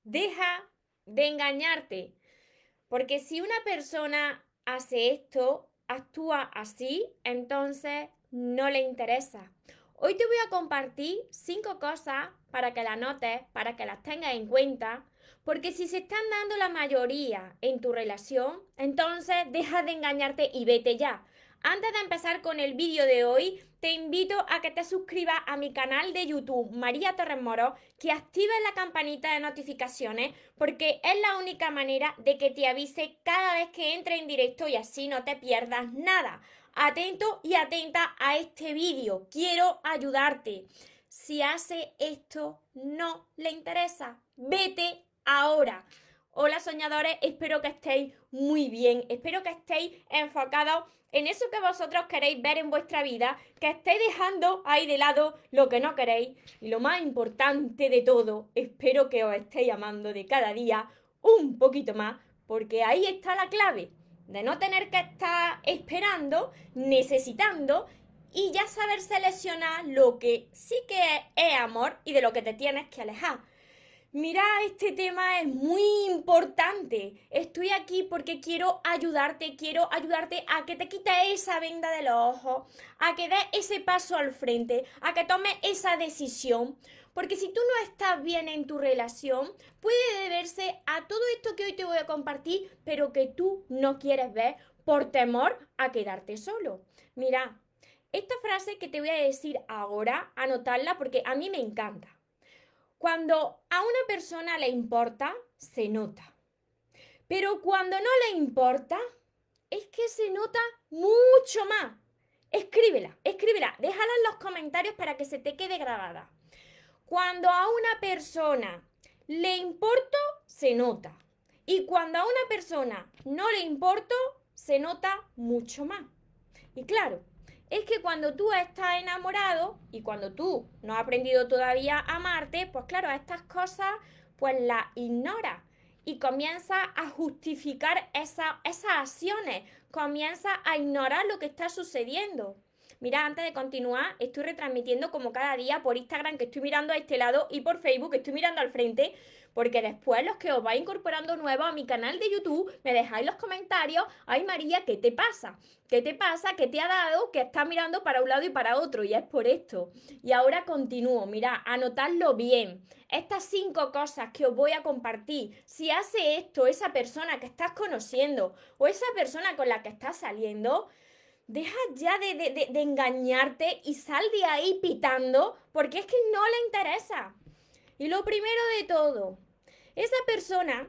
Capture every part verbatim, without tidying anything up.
Deja de engañarte. Porque si una persona hace esto, actúa así, entonces no le interesa. Hoy te voy a compartir cinco cosas para que las notes, para que las tengas en cuenta, porque si se están dando la mayoría en tu relación, entonces deja de engañarte y vete ya. Antes de empezar con el vídeo de hoy, te invito a que te suscribas a mi canal de YouTube María Torres Moro, que actives la campanita de notificaciones, porque es la única manera de que te avise cada vez que entre en directo y así no te pierdas nada. Atento y atenta a este vídeo, quiero ayudarte. Si hace esto, no le interesa, vete ahora. Hola soñadores, espero que estéis muy bien, espero que estéis enfocados en eso que vosotros queréis ver en vuestra vida, que estéis dejando ahí de lado lo que no queréis y lo más importante de todo, espero que os estéis amando de cada día un poquito más, porque ahí está la clave de no tener que estar esperando, necesitando y ya saber seleccionar lo que sí que es amor y de lo que te tienes que alejar. Mira, este tema es muy importante. Estoy aquí porque quiero ayudarte, quiero ayudarte a que te quites esa venda de los ojos, a que des ese paso al frente, a que tomes esa decisión. Porque si tú no estás bien en tu relación, puede deberse a todo esto que hoy te voy a compartir, pero que tú no quieres ver por temor a quedarte solo. Mira, esta frase que te voy a decir ahora, anotarla porque a mí me encanta. Cuando a una persona le importa, se nota. Pero cuando no le importa, es que se nota mucho más. Escríbela, escríbela, déjala en los comentarios para que se te quede grabada. Cuando a una persona le importo, se nota. Y cuando a una persona no le importo, se nota mucho más. Y claro, es que cuando tú estás enamorado y cuando tú no has aprendido todavía a amarte, pues claro, estas cosas pues las ignoras y comienzas a justificar esa, esas acciones, comienzas a ignorar lo que está sucediendo. Mira, antes de continuar, estoy retransmitiendo como cada día por Instagram, que estoy mirando a este lado, y por Facebook, que estoy mirando al frente, porque después los que os vais incorporando nuevos a mi canal de YouTube, me dejáis los comentarios, ay María, ¿qué te pasa? ¿Qué te pasa? ¿Qué te ha dado? Que estás mirando para un lado y para otro, y es por esto. Y ahora continúo, mira, anotadlo bien. Estas cinco cosas que os voy a compartir, si hace esto esa persona que estás conociendo o esa persona con la que estás saliendo, deja ya de, de, de, de engañarte y sal de ahí pitando porque es que no le interesa. Y lo primero de todo, esa persona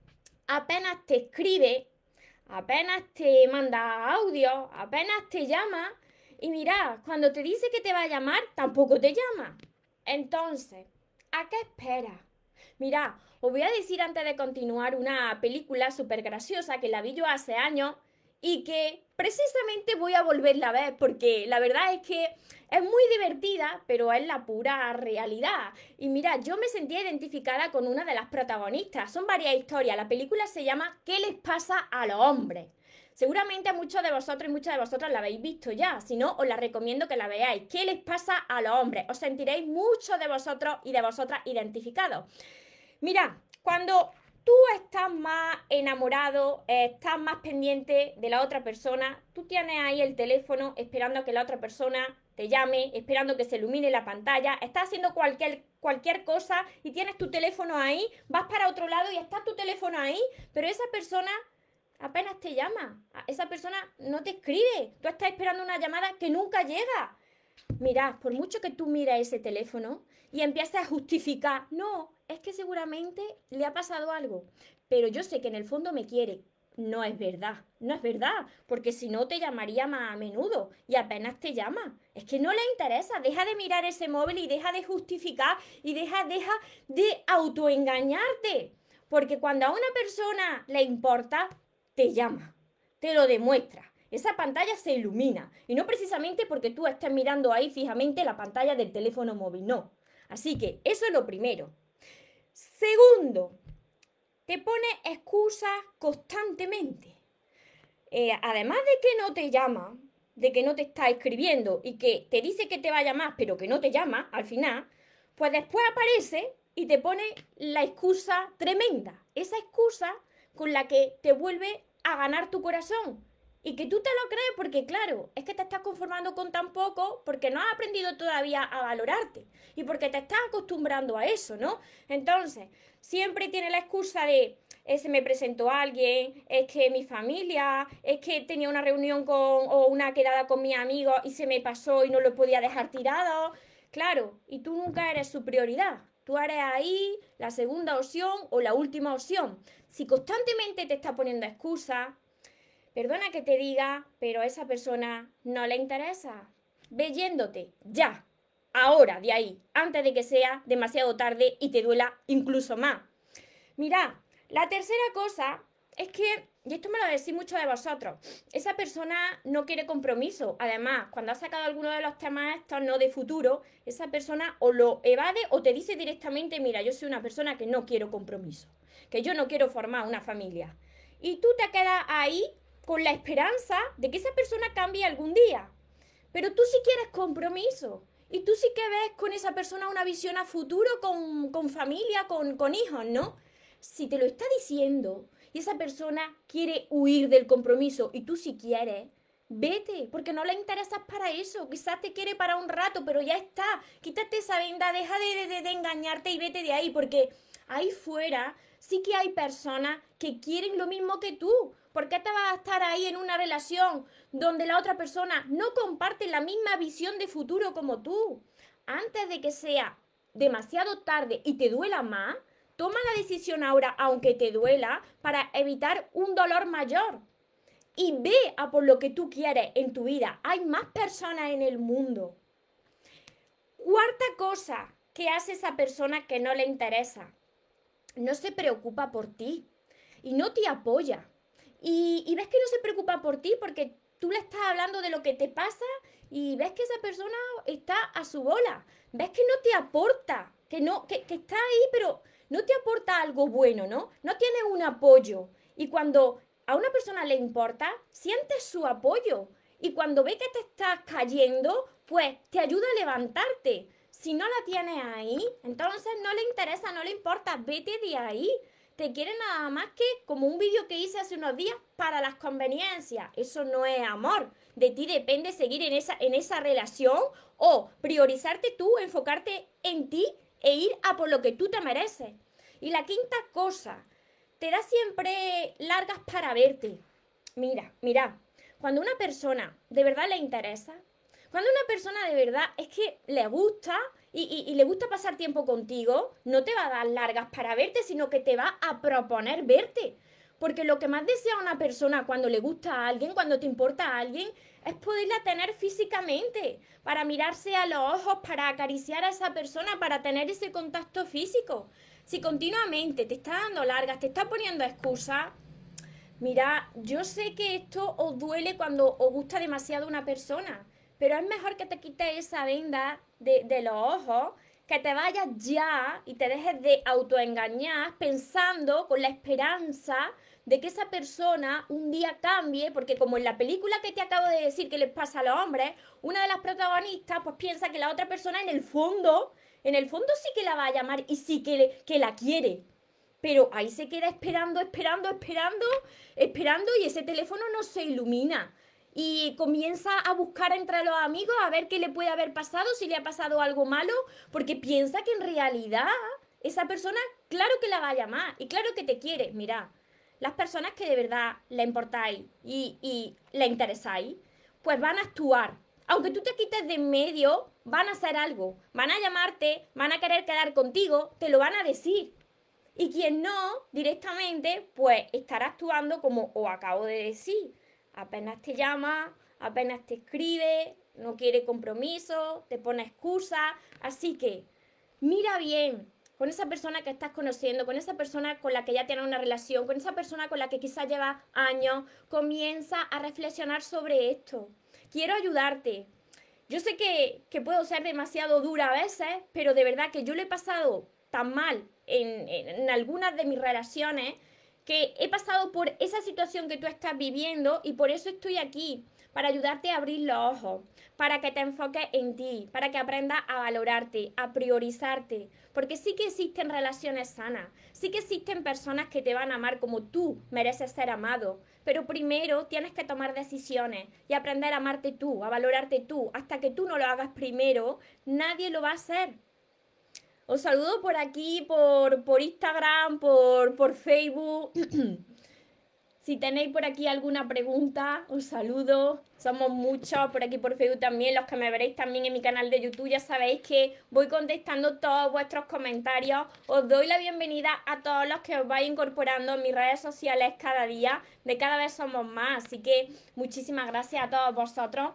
apenas te escribe, apenas te manda audio, apenas te llama y mira, cuando te dice que te va a llamar, tampoco te llama. Entonces, ¿a qué esperas? Mira, os voy a decir antes de continuar una película súper graciosa que la vi yo hace años y que precisamente voy a volverla a ver porque la verdad es que es muy divertida, pero es la pura realidad. Y mira, yo me sentía identificada con una de las protagonistas. Son varias historias. La película se llama ¿Qué les pasa a los hombres? Seguramente a muchos de vosotros y muchas de vosotras la habéis visto ya. Si no, os la recomiendo que la veáis. ¿Qué les pasa a los hombres? Os sentiréis muchos de vosotros y de vosotras identificados. Mira, cuando tú estás más enamorado, eh, estás más pendiente de la otra persona, tú tienes ahí el teléfono esperando a que la otra persona te llame, esperando que se ilumine la pantalla, estás haciendo cualquier, cualquier cosa y tienes tu teléfono ahí, vas para otro lado y está tu teléfono ahí, pero esa persona apenas te llama, esa persona no te escribe, tú estás esperando una llamada que nunca llega. Mirad, por mucho que tú mires ese teléfono y empieces a justificar, no, es que seguramente le ha pasado algo, pero yo sé que en el fondo me quiere. No es verdad, no es verdad, porque si no te llamaría más a menudo y apenas te llama. Es que no le interesa, deja de mirar ese móvil y deja de justificar y deja, deja de autoengañarte. Porque cuando a una persona le importa, te llama, te lo demuestra. Esa pantalla se ilumina y no precisamente porque tú estés mirando ahí fijamente la pantalla del teléfono móvil, no. Así que eso es lo primero. Segundo, te pone excusas constantemente. Eh, además de que no te llama, de que no te está escribiendo y que te dice que te va a llamar pero que no te llama al final, pues después aparece y te pone la excusa tremenda. Esa excusa con la que te vuelve a ganar tu corazón. Y que tú te lo crees porque, claro, es que te estás conformando con tan poco porque no has aprendido todavía a valorarte. Y porque te estás acostumbrando a eso, ¿no? Entonces, siempre tiene la excusa de, eh, se me presentó alguien, es que mi familia, es que tenía una reunión con, o una quedada con mis amigos y se me pasó y no lo podía dejar tirado. Claro, y tú nunca eres su prioridad. Tú eres ahí la segunda opción o la última opción. Si constantemente te está poniendo excusas, perdona que te diga, pero a esa persona no le interesa. Ve yéndote, ya, ahora, de ahí, antes de que sea demasiado tarde y te duela incluso más. Mira, la tercera cosa es que, y esto me lo decís mucho de vosotros, esa persona no quiere compromiso. Además, cuando has sacado alguno de los temas estos no de futuro, esa persona o lo evade o te dice directamente, mira, yo soy una persona que no quiero compromiso, que yo no quiero formar una familia. Y tú te quedas ahí con la esperanza de que esa persona cambie algún día. Pero tú sí quieres compromiso. Y tú sí que ves con esa persona una visión a futuro, con, con familia, con, con hijos, ¿no? Si te lo está diciendo y esa persona quiere huir del compromiso y tú sí quieres, vete, porque no le interesas para eso. Quizás te quiere para un rato, pero ya está. Quítate esa venda, deja de, de, de engañarte y vete de ahí, porque ahí fuera sí que hay personas que quieren lo mismo que tú. ¿Por qué te vas a estar ahí en una relación donde la otra persona no comparte la misma visión de futuro como tú? Antes de que sea demasiado tarde y te duela más, toma la decisión ahora, aunque te duela, para evitar un dolor mayor. Y ve a por lo que tú quieres en tu vida. Hay más personas en el mundo. Cuarta cosa que hace esa persona que no le interesa. No se preocupa por ti y no te apoya. Y, y ves que no se preocupa por ti porque tú le estás hablando de lo que te pasa y ves que esa persona está a su bola. Ves que no te aporta, que, no, que, que está ahí, pero no te aporta algo bueno, ¿no? No tiene un apoyo. Y cuando a una persona le importa, sientes su apoyo. Y cuando ve que te estás cayendo, pues te ayuda a levantarte. Si no la tienes ahí, entonces no le interesa, no le importa, vete de ahí. Te quiere nada más que, como un vídeo que hice hace unos días, para las conveniencias. Eso no es amor. De ti depende seguir en esa, en esa relación o priorizarte tú, enfocarte en ti e ir a por lo que tú te mereces. Y la quinta cosa, te da siempre largas para verte. Mira, mira, cuando una persona de verdad le interesa, cuando una persona de verdad es que le gusta y, y, y le gusta pasar tiempo contigo, no te va a dar largas para verte, sino que te va a proponer verte. Porque lo que más desea una persona cuando le gusta a alguien, cuando te importa a alguien, es poderla tener físicamente, para mirarse a los ojos, para acariciar a esa persona, para tener ese contacto físico. Si continuamente te está dando largas, te está poniendo excusas, mira, yo sé que esto os duele cuando os gusta demasiado una persona, pero es mejor que te quites esa venda de, de los ojos, que te vayas ya y te dejes de autoengañar pensando con la esperanza de que esa persona un día cambie, porque como en la película que te acabo de decir que les pasa a los hombres, una de las protagonistas pues piensa que la otra persona en el fondo, en el fondo sí que la va a llamar y sí que, que la quiere. Pero ahí se queda esperando, esperando, esperando, esperando y ese teléfono no se ilumina. Y comienza a buscar entre los amigos a ver qué le puede haber pasado, si le ha pasado algo malo, porque piensa que en realidad esa persona, claro que la va a llamar y claro que te quiere. Mira, las personas que de verdad le importáis y, y le interesáis, pues van a actuar. Aunque tú te quites de en medio, van a hacer algo. Van a llamarte, van a querer quedar contigo, te lo van a decir. Y quien no, directamente, pues estará actuando como os acabo de decir. Apenas te llama, apenas te escribe, no quiere compromiso, te pone excusas. Así que mira bien con esa persona que estás conociendo, con esa persona con la que ya tienes una relación, con esa persona con la que quizás llevas años, comienza a reflexionar sobre esto. Quiero ayudarte. Yo sé que, que puedo ser demasiado dura a veces, pero de verdad que yo lo he pasado tan mal en, en, en algunas de mis relaciones que he pasado por esa situación que tú estás viviendo y por eso estoy aquí. para ayudarte a abrir los ojos, para que te enfoques en ti, para que aprendas a valorarte, a priorizarte. Porque sí que existen relaciones sanas, sí que existen personas que te van a amar como tú mereces ser amado. Pero primero tienes que tomar decisiones y aprender a amarte tú, a valorarte tú. Hasta que tú no lo hagas primero, nadie lo va a hacer. Os saludo por aquí, por, por Instagram, por, por Facebook. Si tenéis por aquí alguna pregunta, os saludo. Somos muchos por aquí por Facebook también. Los que me veréis también en mi canal de YouTube, ya sabéis que voy contestando todos vuestros comentarios. Os doy la bienvenida a todos los que os vais incorporando en mis redes sociales cada día. De cada vez somos más. Así que muchísimas gracias a todos vosotros.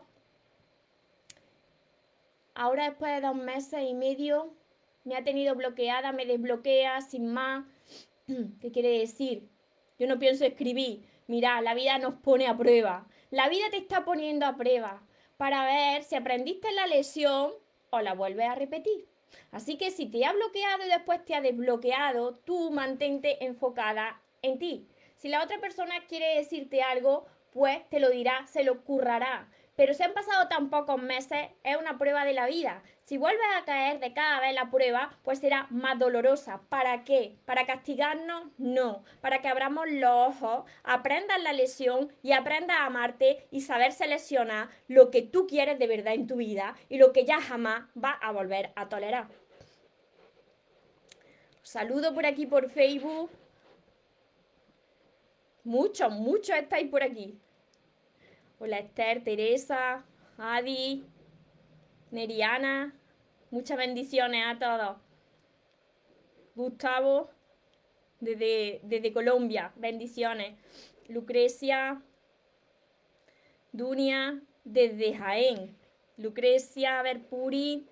Ahora después de dos meses y medio me ha tenido bloqueada, me desbloquea sin más. ¿Qué quiere decir? Yo no pienso escribir. Mira, la vida nos pone a prueba. La vida te está poniendo a prueba para ver si aprendiste la lección o la vuelves a repetir. Así que si te ha bloqueado y después te ha desbloqueado, tú mantente enfocada en ti. Si la otra persona quiere decirte algo, pues te lo dirá, se lo currará. Pero si han pasado tan pocos meses, es una prueba de la vida. Si vuelves a caer de cada vez la prueba, pues será más dolorosa. ¿Para qué? ¿Para castigarnos? No. Para que abramos los ojos, aprendas la lección y aprendas a amarte y saber seleccionar lo que tú quieres de verdad en tu vida y lo que ya jamás vas a volver a tolerar. Os saludo por aquí por Facebook. Muchos, muchos estáis por aquí. Hola Esther, Teresa, Adi, Neriana, muchas bendiciones a todos. Gustavo, desde, desde Colombia, bendiciones. Lucrecia, Dunia, desde Jaén. Lucrecia, Verpuri.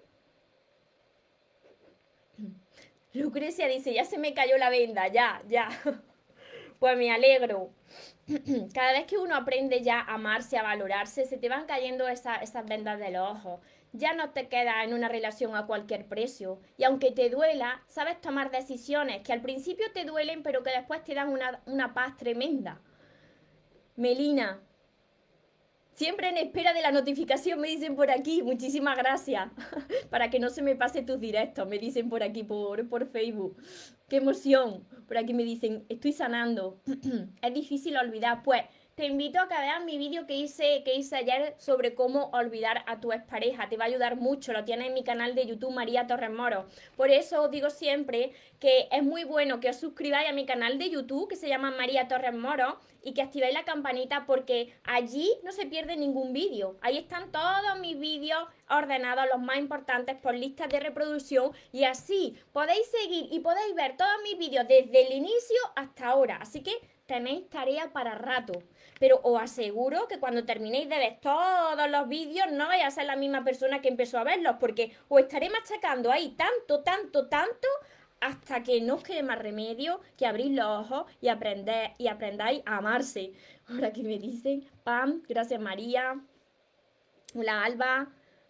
Lucrecia dice, ya se me cayó la venda, ya, ya. Pues me alegro. Cada vez que uno aprende ya a amarse, a valorarse, se te van cayendo esa, esas vendas de los ojos. Ya no te quedas en una relación a cualquier precio. Y aunque te duela, sabes tomar decisiones que al principio te duelen, pero que después te dan una, una paz tremenda. Melina, siempre en espera de la notificación, me dicen por aquí. Muchísimas gracias. Para que no se me pase tus directos, me dicen por aquí, por, por Facebook. ¡Qué emoción! Por aquí me dicen, estoy sanando. Es difícil olvidar. Pues te invito a que veas mi vídeo que hice, que hice ayer sobre cómo olvidar a tu expareja. Te va a ayudar mucho. Lo tienes en mi canal de YouTube, María Torres Moro. Por eso os digo siempre que es muy bueno que os suscribáis a mi canal de YouTube, que se llama María Torres Moro, y que activéis la campanita porque allí no se pierde ningún vídeo. Ahí están todos mis vídeos ordenados, los más importantes, por listas de reproducción, y así podéis seguir y podéis ver todos mis vídeos desde el inicio hasta ahora. Así que tenéis tarea para rato. Pero os aseguro que cuando terminéis de ver todos los vídeos no vais a ser la misma persona que empezó a verlos, porque os estaré machacando ahí tanto, tanto, tanto, hasta que no os quede más remedio que abrir los ojos y aprender y aprendáis a amarse. Ahora que me dicen, Pam, gracias María. Hola Alba,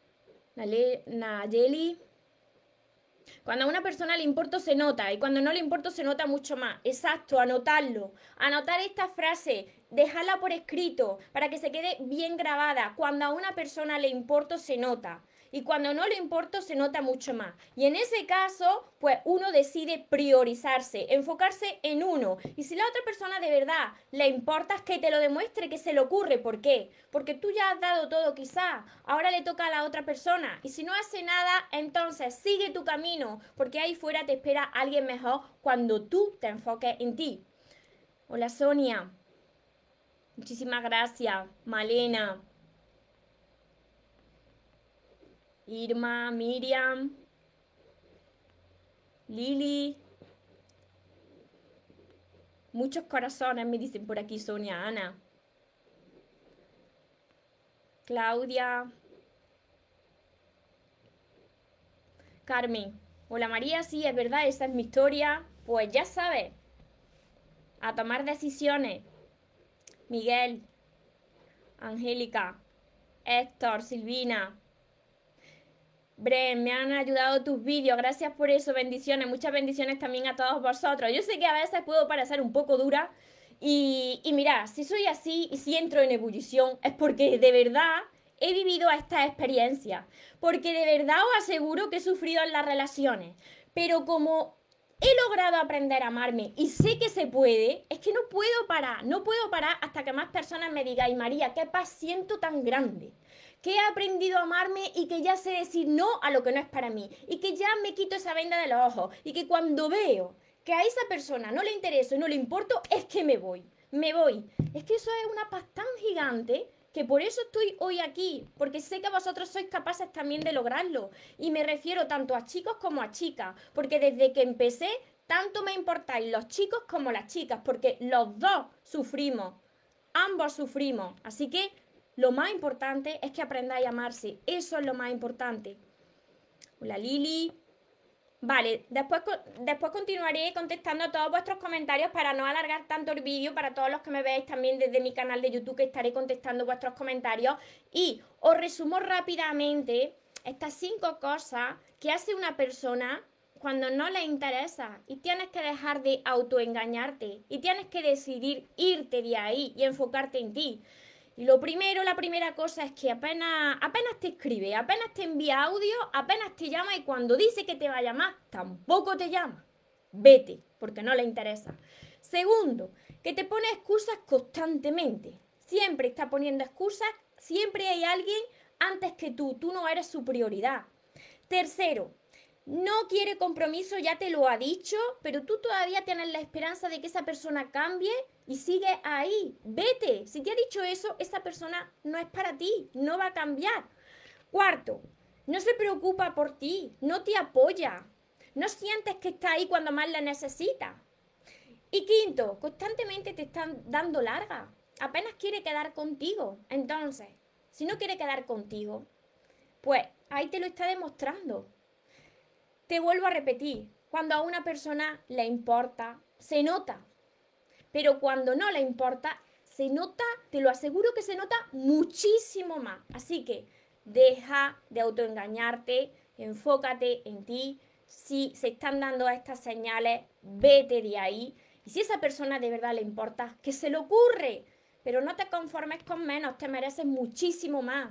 Nayeli. Cuando a una persona le importo se nota y cuando no le importo se nota mucho más. Exacto, anotarlo. Anotar esta frase, dejarla por escrito para que se quede bien grabada. Cuando a una persona le importo se nota. Y cuando no le importo se nota mucho más. Y en ese caso, pues uno decide priorizarse, enfocarse en uno. Y si la otra persona de verdad le importa, es que te lo demuestre, que se le ocurre. ¿Por qué? Porque tú ya has dado todo quizá. Ahora le toca a la otra persona. Y si no hace nada, entonces sigue tu camino. Porque ahí fuera te espera alguien mejor cuando tú te enfoques en ti. Hola Sonia. Muchísimas gracias. Malena. Irma, Miriam, Lili. Muchos corazones me dicen por aquí, Sonia, Ana. Claudia. Carmen. Hola María, sí, es verdad, esa es mi historia. Pues ya sabes. A tomar decisiones. Miguel. Angélica. Héctor, Silvina. Bren, me han ayudado tus vídeos, gracias por eso, bendiciones, muchas bendiciones también a todos vosotros. Yo sé que a veces puedo parecer un poco dura Y, y mira, si soy así y si entro en ebullición es porque de verdad he vivido esta experiencia. Porque de verdad os aseguro que he sufrido en las relaciones. Pero como he logrado aprender a amarme y sé que se puede, es que no puedo parar, no puedo parar hasta que más personas me digáis, María, qué paz siento tan grande, que he aprendido a amarme y que ya sé decir no a lo que no es para mí, y que ya me quito esa venda de los ojos, y que cuando veo que a esa persona no le intereso y no le importo, es que me voy, me voy. Es que eso es una paz tan gigante que por eso estoy hoy aquí, porque sé que vosotros sois capaces también de lograrlo. Y me refiero tanto a chicos como a chicas, porque desde que empecé, tanto me importáis los chicos como las chicas, porque los dos sufrimos, ambos sufrimos. Así que lo más importante es que aprendáis a amarse, eso es lo más importante. Hola Lili. Vale, después, después continuaré contestando a todos vuestros comentarios para no alargar tanto el vídeo, para todos los que me veáis también desde mi canal de YouTube, que estaré contestando vuestros comentarios. Y os resumo rápidamente estas cinco cosas que hace una persona cuando no le interesa, y tienes que dejar de autoengañarte y tienes que decidir irte de ahí y enfocarte en ti. Y lo primero, la primera cosa es que apenas, apenas te escribe, apenas te envía audio, apenas te llama, y cuando dice que te va a llamar, tampoco te llama. Vete, porque no le interesa. Segundo, que te pone excusas constantemente. Siempre está poniendo excusas, siempre hay alguien antes que tú, tú no eres su prioridad. Tercero, no quiere compromiso, ya te lo ha dicho, pero tú todavía tienes la esperanza de que esa persona cambie y sigue ahí. Vete. Si te ha dicho eso, esa persona no es para ti, no va a cambiar. Cuarto, no se preocupa por ti, no te apoya, no sientes que está ahí cuando más la necesitas. Y quinto, constantemente te están dando larga, apenas quiere quedar contigo. Entonces, si no quiere quedar contigo, pues ahí te lo está demostrando. Te vuelvo a repetir, cuando a una persona le importa, se nota. Pero cuando no le importa, se nota, te lo aseguro que se nota muchísimo más. Así que deja de autoengañarte, enfócate en ti. Si se están dando estas señales, vete de ahí. Y si esa persona de verdad le importa, que se le ocurre. Pero no te conformes con menos, te mereces muchísimo más.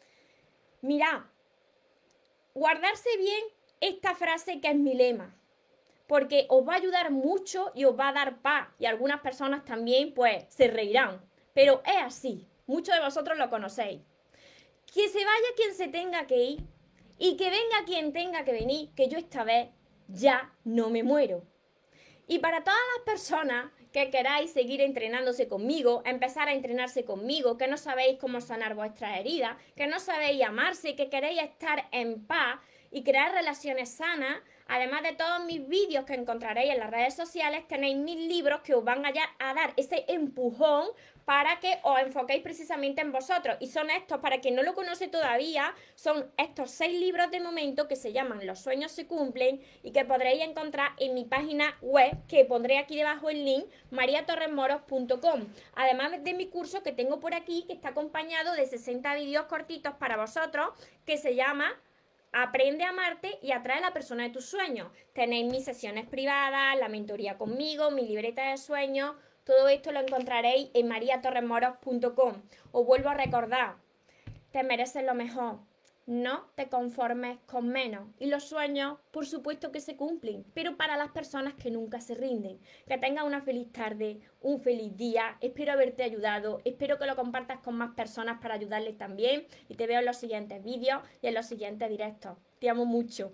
Mira, guardarse bien esta frase que es mi lema, porque os va a ayudar mucho y os va a dar paz, y algunas personas también pues se reirán, pero es así, muchos de vosotros lo conocéis. Que se vaya quien se tenga que ir y que venga quien tenga que venir, que yo esta vez ya no me muero. Y para todas las personas que queráis seguir entrenándose conmigo, empezar a entrenarse conmigo, que no sabéis cómo sanar vuestras heridas, que no sabéis amarse, que queréis estar en paz y crear relaciones sanas, además de todos mis vídeos que encontraréis en las redes sociales, tenéis mis libros que os van a, a dar ese empujón para que os enfoquéis precisamente en vosotros. Y son estos, para quien no lo conoce todavía, son estos seis libros de momento que se llaman Los sueños se cumplen y que podréis encontrar en mi página web, que pondré aquí debajo el link, maria torres moros punto com. Además de mi curso que tengo por aquí, que está acompañado de sesenta vídeos cortitos para vosotros, que se llama Aprende a amarte y atrae a la persona de tus sueños. Tenéis mis sesiones privadas, la mentoría conmigo, mi libreta de sueños. Todo esto lo encontraréis en maria torres moros punto com. Os vuelvo a recordar, te mereces lo mejor. No te conformes con menos. Y los sueños, por supuesto que se cumplen, pero para las personas que nunca se rinden. Que tengas una feliz tarde, un feliz día. Espero haberte ayudado. Espero que lo compartas con más personas para ayudarles también. Y te veo en los siguientes vídeos y en los siguientes directos. Te amo mucho.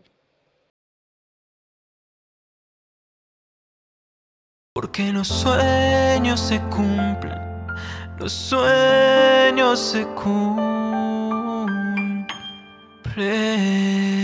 Porque los sueños se cumplen, los sueños se cumplen.